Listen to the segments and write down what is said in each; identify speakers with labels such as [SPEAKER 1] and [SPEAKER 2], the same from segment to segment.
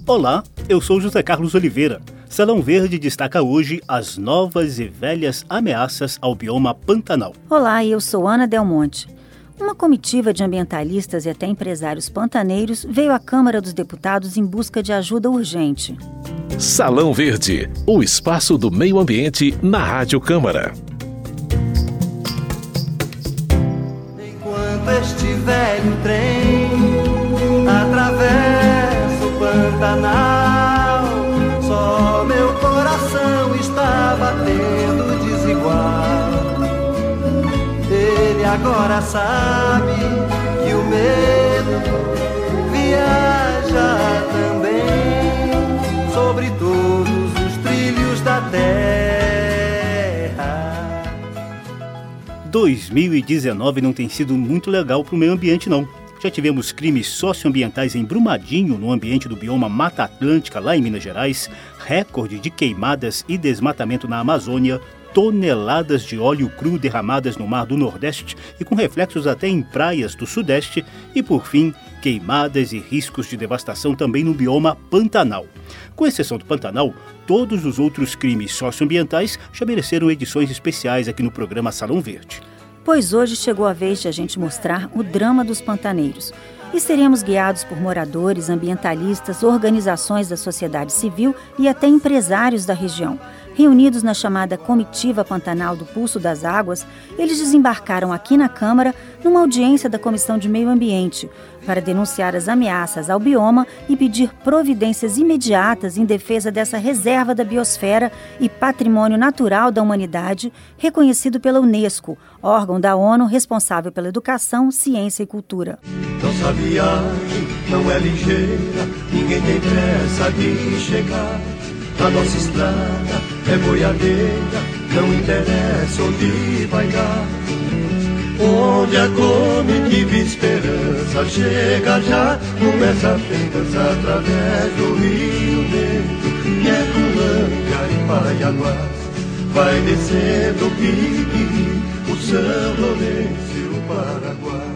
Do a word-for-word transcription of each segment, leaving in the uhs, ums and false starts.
[SPEAKER 1] Olá, eu sou José Carlos Oliveira. Salão Verde destaca hoje as novas e velhas ameaças ao bioma Pantanal.
[SPEAKER 2] Olá, eu sou Ana Del Monte. Uma comitiva de ambientalistas e até empresários pantaneiros veio à Câmara dos Deputados em busca de ajuda urgente.
[SPEAKER 3] Salão Verde, o espaço do meio ambiente na Rádio Câmara.
[SPEAKER 4] Enquanto este velho trem atravessa o Pantanal, só meu coração está batendo desigual. Ele agora sabe que o medo viaja também sobre todos os trilhos da terra.
[SPEAKER 1] dois mil e dezenove não tem sido muito legal para o meio ambiente, não. Já tivemos crimes socioambientais em Brumadinho, no ambiente do bioma Mata Atlântica, lá em Minas Gerais, recorde de queimadas e desmatamento na Amazônia, toneladas de óleo cru derramadas no Mar do Nordeste e com reflexos até em praias do Sudeste e, por fim, queimadas e riscos de devastação também no bioma Pantanal. Com exceção do Pantanal, todos os outros crimes socioambientais já mereceram edições especiais aqui no programa Salão Verde.
[SPEAKER 2] Pois hoje chegou a vez de a gente mostrar o drama dos pantaneiros. E seremos guiados por moradores, ambientalistas, organizações da sociedade civil e até empresários da região. Reunidos na chamada Comitiva Pantanal do Pulso das Águas, eles desembarcaram aqui na Câmara numa audiência da Comissão de Meio Ambiente para denunciar as ameaças ao bioma e pedir providências imediatas em defesa dessa reserva da biosfera e patrimônio natural da humanidade, reconhecido pela Unesco, órgão da ONU responsável pela educação, ciência e cultura.
[SPEAKER 4] Nossa viagem não é ligeira, ninguém tem pressa de chegar. A nossa estrada é boiadeira, não interessa onde vai dar. Onde a comitiva esperança chega já, começa a festança através do Rio Negro, Quecolândia e Paraiaguá. Vai descendo o Piquiri, o São Lourenço e o Paraguai.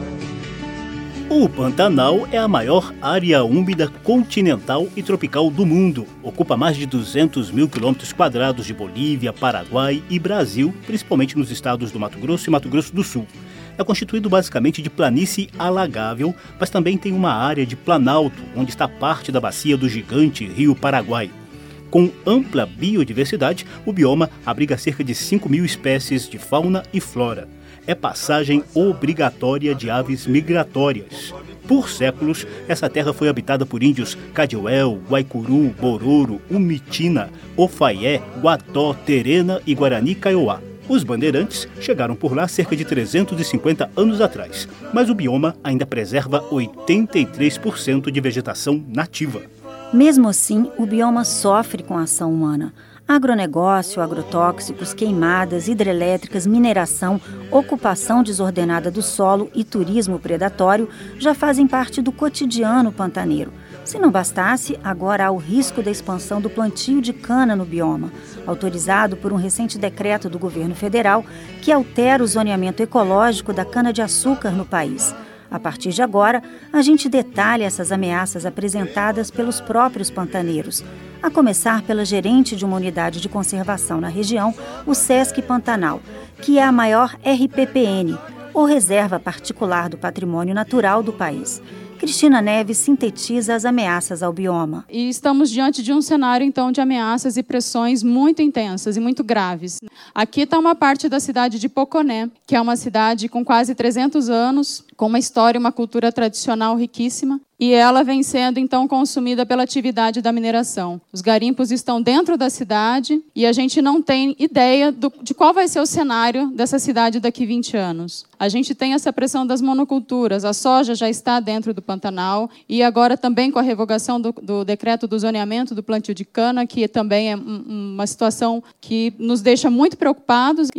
[SPEAKER 1] O Pantanal é a maior área úmida continental e tropical do mundo. Ocupa mais de duzentos mil quilômetros quadrados de Bolívia, Paraguai e Brasil, principalmente nos estados do Mato Grosso e Mato Grosso do Sul. É constituído basicamente de planície alagável, mas também tem uma área de planalto, onde está parte da bacia do gigante Rio Paraguai. Com ampla biodiversidade, o bioma abriga cerca de cinco mil espécies de fauna e flora. É passagem obrigatória de aves migratórias. Por séculos, essa terra foi habitada por índios Cadiuel, Guaicuru, Bororo, Umitina, Ofaié, Guató, Terena e Guarani Kaiowá. Os bandeirantes chegaram por lá cerca de trezentos e cinquenta anos atrás, mas o bioma ainda preserva oitenta e três por cento de vegetação nativa.
[SPEAKER 2] Mesmo assim, o bioma sofre com a ação humana. Agronegócio, agrotóxicos, queimadas, hidrelétricas, mineração, ocupação desordenada do solo e turismo predatório já fazem parte do cotidiano pantaneiro. Se não bastasse, agora há o risco da expansão do plantio de cana no bioma, autorizado por um recente decreto do governo federal que altera o zoneamento ecológico da cana-de-açúcar no país. A partir de agora, a gente detalha essas ameaças apresentadas pelos próprios pantaneiros, a começar pela gerente de uma unidade de conservação na região, o Sesc Pantanal, que é a maior R P P N, ou Reserva Particular do Patrimônio Natural do país. Cristina Neves sintetiza as ameaças ao bioma.
[SPEAKER 5] E estamos diante de um cenário, então, de ameaças e pressões muito intensas e muito graves. Aqui está uma parte da cidade de Poconé, que é uma cidade com quase trezentos anos, com uma história e uma cultura tradicional riquíssima, e ela vem sendo, então, consumida pela atividade da mineração. Os garimpos estão dentro da cidade e a gente não tem ideia do, de qual vai ser o cenário dessa cidade daqui a vinte anos. A gente tem essa pressão das monoculturas, a soja já está dentro do Pantanal e agora também com a revogação do, do decreto do zoneamento do plantio de cana, que também é um, uma situação que nos deixa muito preocupados e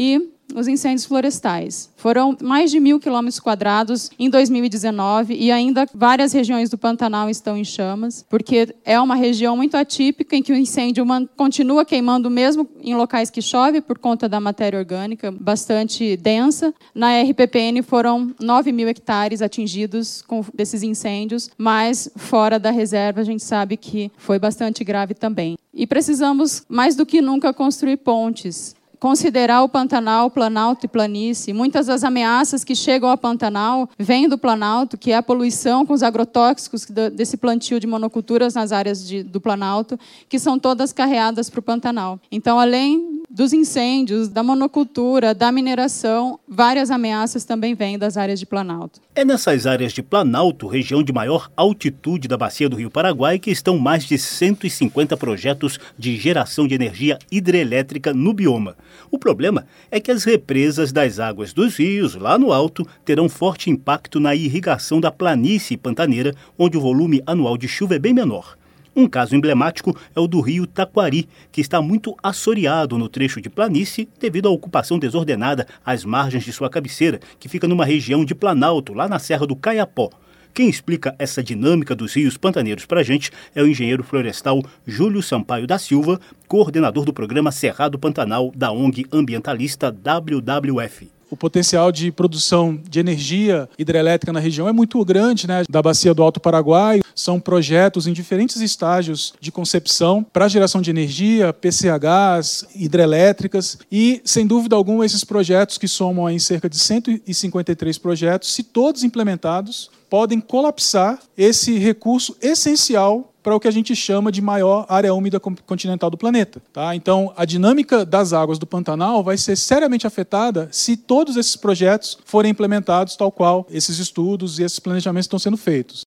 [SPEAKER 5] os incêndios florestais. Foram mais de mil quilômetros quadrados em dois mil e dezenove e ainda várias regiões do Pantanal estão em chamas, porque é uma região muito atípica em que o incêndio continua queimando mesmo em locais que chove por conta da matéria orgânica bastante densa. Na R P P N foram nove mil hectares atingidos com desses incêndios, mas fora da reserva a gente sabe que foi bastante grave também. E precisamos, mais do que nunca, construir pontes. Considerar o Pantanal, Planalto e planície. Muitas das ameaças que chegam ao Pantanal vêm do Planalto, que é a poluição com os agrotóxicos desse plantio de monoculturas nas áreas de, do Planalto, que são todas carreadas para o Pantanal. Então, além dos incêndios, da monocultura, da mineração, várias ameaças também vêm das áreas de Planalto.
[SPEAKER 1] É nessas áreas de Planalto, região de maior altitude da bacia do Rio Paraguai, que estão mais de cento e cinquenta projetos de geração de energia hidrelétrica no bioma. O problema é que as represas das águas dos rios, lá no alto, terão forte impacto na irrigação da planície pantaneira, onde o volume anual de chuva é bem menor. Um caso emblemático é o do rio Taquari, que está muito assoreado no trecho de planície devido à ocupação desordenada às margens de sua cabeceira, que fica numa região de Planalto, lá na Serra do Caiapó. Quem explica essa dinâmica dos rios pantaneiros para a gente é o engenheiro florestal Júlio Sampaio da Silva, coordenador do programa Cerrado Pantanal da O N G ambientalista W W F.
[SPEAKER 6] O potencial de produção de energia hidrelétrica na região é muito grande, né? Da bacia do Alto Paraguai. São projetos em diferentes estágios de concepção para geração de energia, P C Hs, hidrelétricas. E, sem dúvida alguma, esses projetos, que somam em cerca de cento e cinquenta e três projetos, se todos implementados, podem colapsar esse recurso essencial para o que a gente chama de maior área úmida continental do planeta. Tá? Então, a dinâmica das águas do Pantanal vai ser seriamente afetada se todos esses projetos forem implementados tal qual esses estudos e esses planejamentos estão sendo feitos.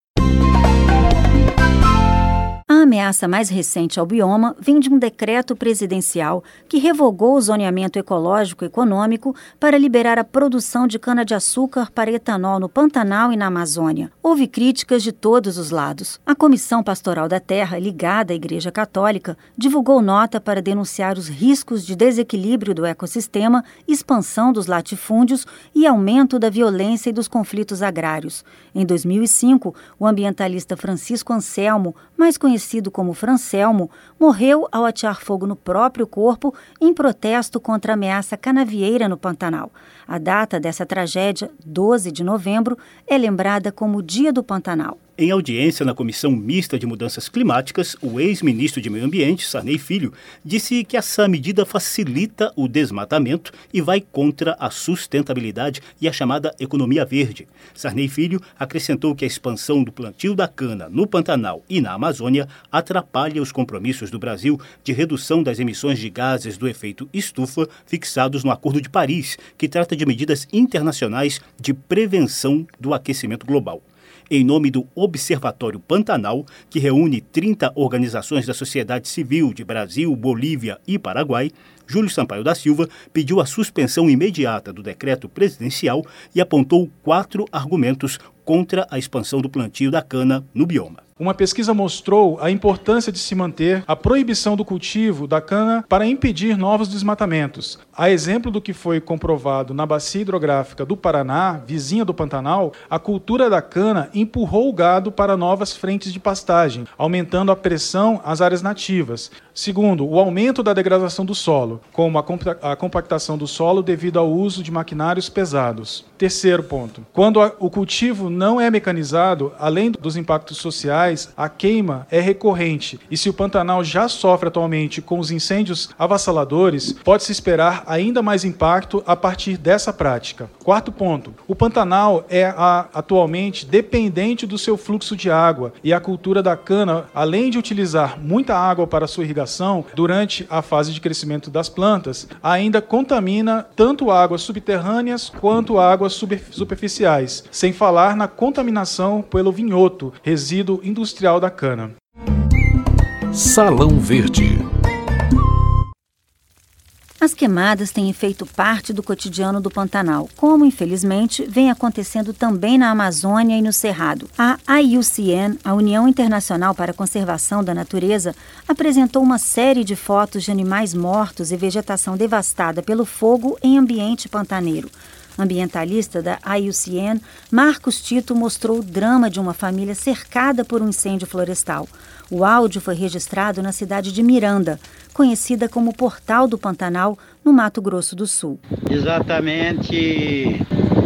[SPEAKER 2] A ameaça mais recente ao bioma vem de um decreto presidencial que revogou o zoneamento ecológico econômico para liberar a produção de cana-de-açúcar para etanol no Pantanal e na Amazônia. Houve críticas de todos os lados. A Comissão Pastoral da Terra, ligada à Igreja Católica, divulgou nota para denunciar os riscos de desequilíbrio do ecossistema, expansão dos latifúndios e aumento da violência e dos conflitos agrários. Em dois mil e cinco, o ambientalista Francisco Anselmo, mais conhecido como Francelmo, morreu ao atear fogo no próprio corpo em protesto contra a ameaça canavieira no Pantanal. A data dessa tragédia, doze de novembro, é lembrada como o Dia do Pantanal.
[SPEAKER 1] Em audiência na Comissão Mista de Mudanças Climáticas, o ex-ministro de Meio Ambiente, Sarney Filho, disse que essa medida facilita o desmatamento e vai contra a sustentabilidade e a chamada economia verde. Sarney Filho acrescentou que a expansão do plantio da cana no Pantanal e na Amazônia atrapalha os compromissos do Brasil de redução das emissões de gases do efeito estufa fixados no Acordo de Paris, que trata de medidas internacionais de prevenção do aquecimento global. Em nome do Observatório Pantanal, que reúne trinta organizações da sociedade civil de Brasil, Bolívia e Paraguai, Júlio Sampaio da Silva pediu a suspensão imediata do decreto presidencial e apontou quatro argumentos contra a expansão do plantio da cana no bioma.
[SPEAKER 6] Uma pesquisa mostrou a importância de se manter a proibição do cultivo da cana para impedir novos desmatamentos. A exemplo do que foi comprovado na bacia hidrográfica do Paraná, vizinha do Pantanal, a cultura da cana empurrou o gado para novas frentes de pastagem, aumentando a pressão às áreas nativas. Segundo, o aumento da degradação do solo, como a, compa- a compactação do solo devido ao uso de maquinários pesados. Terceiro ponto, quando a, o cultivo não é mecanizado, além dos impactos sociais, a queima é recorrente. E se o Pantanal já sofre atualmente com os incêndios avassaladores, pode-se esperar ainda mais impacto a partir dessa prática. Quarto ponto, o Pantanal é a, atualmente dependente do seu fluxo de água e a cultura da cana, além de utilizar muita água para sua irrigação durante a fase de crescimento das plantas, ainda contamina tanto águas subterrâneas quanto águas super, superficiais, sem falar na contaminação pelo vinhoto, resíduo industrial da cana.
[SPEAKER 2] As queimadas têm feito parte do cotidiano do Pantanal, como, infelizmente, vem acontecendo também na Amazônia e no Cerrado. A I U C N, a União Internacional para a Conservação da Natureza, apresentou uma série de fotos de animais mortos e vegetação devastada pelo fogo em ambiente pantaneiro. Ambientalista da I U C N, Marcos Tito mostrou o drama de uma família cercada por um incêndio florestal. O áudio foi registrado na cidade de Miranda, conhecida como Portal do Pantanal, no Mato Grosso do Sul.
[SPEAKER 7] Exatamente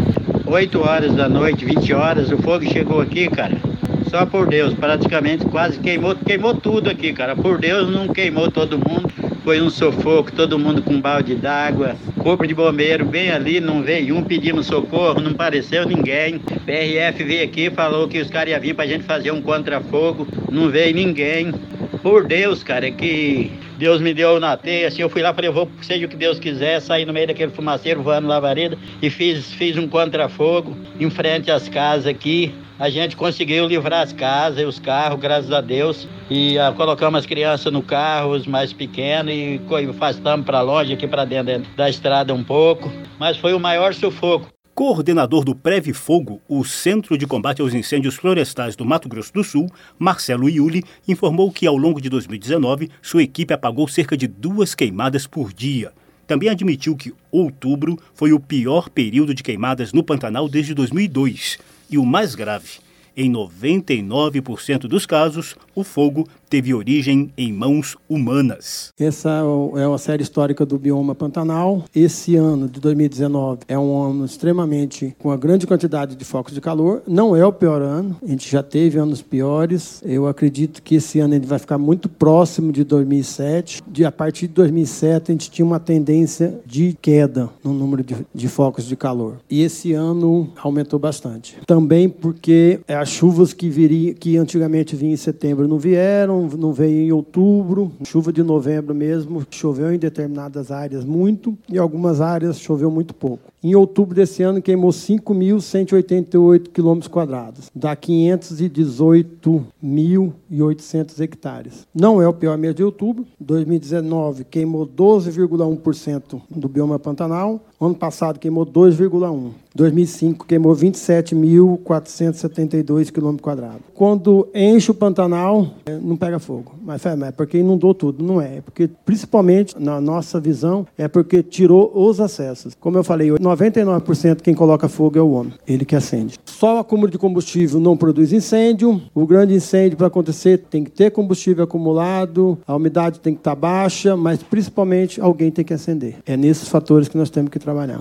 [SPEAKER 7] oito horas da noite, vinte horas, o fogo chegou aqui, cara. Só por Deus, praticamente quase queimou, queimou tudo aqui, cara. Por Deus, não queimou todo mundo. Foi um sufoco, todo mundo com balde d'água. Corpo de bombeiro bem ali, não veio um, pedimos socorro, não apareceu ninguém. P R F veio aqui, falou que os caras iam vir pra gente fazer um contrafogo. Não veio ninguém. Por Deus, cara, é que Deus me deu na teia, assim, eu fui lá, falei, eu vou, seja o que Deus quiser, saí no meio daquele fumaceiro, voando lavareda, e fiz, fiz um contrafogo em frente às casas aqui. A gente conseguiu livrar as casas e os carros, graças a Deus, e uh, colocamos as crianças no carro, os mais pequenos, e afastamos para longe, aqui para dentro da estrada um pouco, mas foi o maior sufoco.
[SPEAKER 1] Coordenador do Preve Fogo, o Centro de Combate aos Incêndios Florestais do Mato Grosso do Sul, Marcelo Iuli, informou que ao longo de dois mil e dezenove, sua equipe apagou cerca de duas queimadas por dia. Também admitiu que outubro foi o pior período de queimadas no Pantanal desde dois mil e dois. E o mais grave, em noventa e nove por cento dos casos, o fogo teve origem em mãos humanas.
[SPEAKER 8] Essa é uma série histórica do bioma Pantanal. Esse ano de dois mil e dezenove é um ano extremamente com uma grande quantidade de focos de calor. Não é o pior ano, a gente já teve anos piores. Eu acredito que esse ano ele vai ficar muito próximo de dois mil e sete. De, a partir de dois mil e sete a gente tinha uma tendência de queda no número de, de focos de calor. E esse ano aumentou bastante. Também porque as chuvas que, viria, que antigamente vinham em setembro não vieram, não veio em outubro, chuva de novembro mesmo, choveu em determinadas áreas muito e algumas áreas choveu muito pouco. Em outubro desse ano queimou cinco mil cento e oitenta e oito quilômetros quadrados, dá quinhentos e dezoito mil e oitocentos hectares. Não é o pior mês de outubro. dois mil e dezenove queimou doze vírgula um por cento do bioma Pantanal, ano passado queimou dois vírgula um por cento. dois mil e cinco queimou vinte e sete mil quatrocentos e setenta e dois quilômetros quadrados. Quando enche o Pantanal, não pega fogo. Mas é porque inundou tudo. Não é. É porque, principalmente, na nossa visão, é porque tirou os acessos. Como eu falei, noventa e nove por cento quem coloca fogo é o homem. Ele que acende. Só o acúmulo de combustível não produz incêndio. O grande incêndio, para acontecer, tem que ter combustível acumulado, a umidade tem que estar baixa, mas, principalmente, alguém tem que acender. É nesses fatores que nós temos que trabalhar.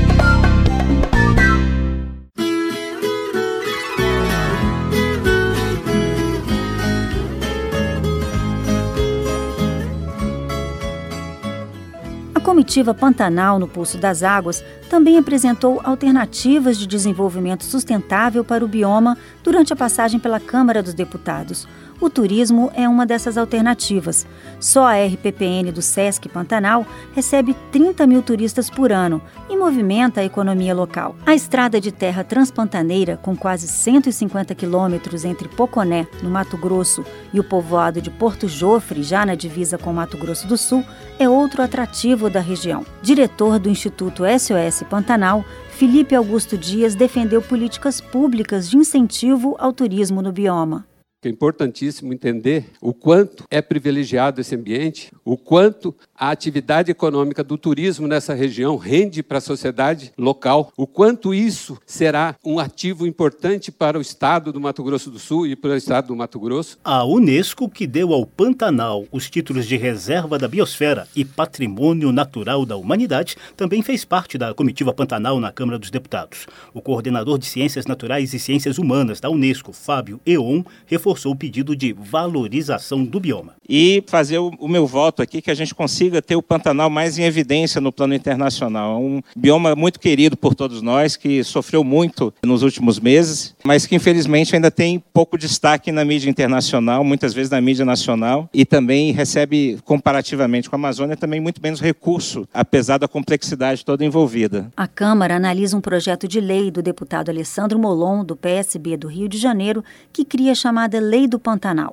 [SPEAKER 2] A comitiva Pantanal no Pulso das Águas também apresentou alternativas de desenvolvimento sustentável para o bioma durante a passagem pela Câmara dos Deputados. O turismo é uma dessas alternativas. Só a R P P N do Sesc Pantanal recebe trinta mil turistas por ano e movimenta a economia local. A estrada de terra transpantaneira, com quase cento e cinquenta quilômetros entre Poconé, no Mato Grosso, e o povoado de Porto Jofre, já na divisa com Mato Grosso do Sul, é outro atrativo da região. Diretor do Instituto S O S Pantanal, Felipe Augusto Dias defendeu políticas públicas de incentivo ao turismo no bioma.
[SPEAKER 9] É importantíssimo entender o quanto é privilegiado esse ambiente, o quanto a atividade econômica do turismo nessa região rende para a sociedade local, o quanto isso será um ativo importante para o estado do Mato Grosso do Sul e para o estado do Mato Grosso.
[SPEAKER 1] A Unesco, que deu ao Pantanal os títulos de Reserva da Biosfera e Patrimônio Natural da Humanidade, também fez parte da comitiva Pantanal na Câmara dos Deputados. O coordenador de Ciências Naturais e Ciências Humanas da Unesco, Fábio Eon, reforçou o pedido de valorização do bioma.
[SPEAKER 10] E fazer o, o meu voto aqui que a gente consiga ter o Pantanal mais em evidência no plano internacional. É um bioma muito querido por todos nós, que sofreu muito nos últimos meses, mas que infelizmente ainda tem pouco destaque na mídia internacional, muitas vezes na mídia nacional, e também recebe, comparativamente com a Amazônia, também muito menos recurso, apesar da complexidade toda envolvida.
[SPEAKER 2] A Câmara analisa um projeto de lei do deputado Alessandro Molon, do P S B do Rio de Janeiro, que cria a chamada Lei do Pantanal.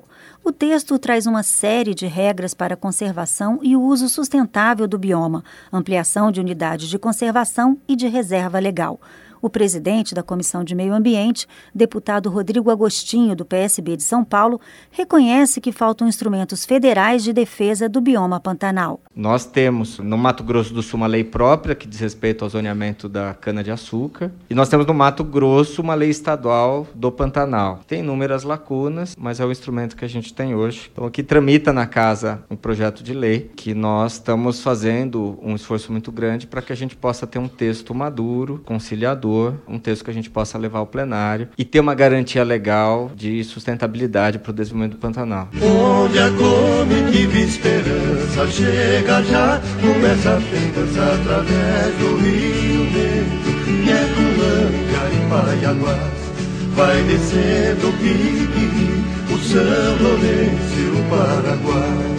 [SPEAKER 2] O texto traz uma série de regras para a conservação e o uso sustentável do bioma, ampliação de unidades de conservação e de reserva legal. O presidente da Comissão de Meio Ambiente, deputado Rodrigo Agostinho, do P S B de São Paulo, reconhece que faltam instrumentos federais de defesa do bioma Pantanal.
[SPEAKER 11] Nós temos no Mato Grosso do Sul uma lei própria que diz respeito ao zoneamento da cana-de-açúcar, e nós temos no Mato Grosso uma lei estadual do Pantanal. Tem inúmeras lacunas, mas é o instrumento que a gente tem hoje. Então aqui tramita na casa um projeto de lei que nós estamos fazendo um esforço muito grande para que a gente possa ter um texto maduro, conciliador, um texto que a gente possa levar ao plenário e ter uma garantia legal de sustentabilidade para o desenvolvimento do Pantanal.
[SPEAKER 4] Onde a comitiva esperança chega já, começa a pensa através do Rio Negro, Quecolândia e Paiaguás, vai descendo o Pique, o São Lourenço e o Paraguai.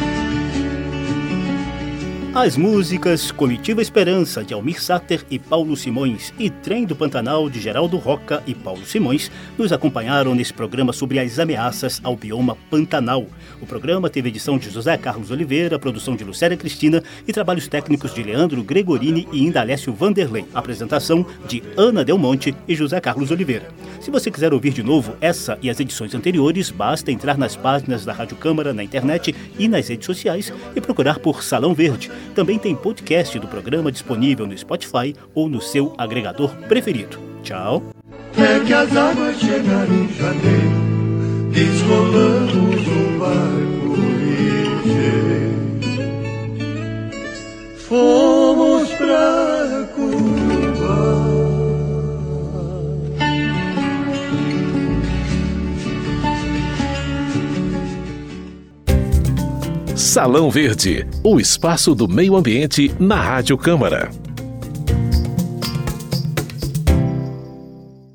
[SPEAKER 1] As músicas Comitiva Esperança, de Almir Sater e Paulo Simões, e Trem do Pantanal, de Geraldo Roca e Paulo Simões, nos acompanharam nesse programa sobre as ameaças ao bioma Pantanal. O programa teve edição de José Carlos Oliveira, produção de Lucélia Cristina e trabalhos técnicos de Leandro Gregorini e Indalécio Vanderlei. Apresentação de Ana Del Monte e José Carlos Oliveira. Se você quiser ouvir de novo essa e as edições anteriores, basta entrar nas páginas da Rádio Câmara na internet e nas redes sociais e procurar por Salão Verde. Também tem podcast do programa disponível no Spotify ou no seu agregador preferido. Tchau!
[SPEAKER 4] É que as águas chegaram em janeiro, descolamos um barco ligeiro, fomos pra Cuba.
[SPEAKER 3] Salão Verde, o espaço do meio ambiente na Rádio Câmara.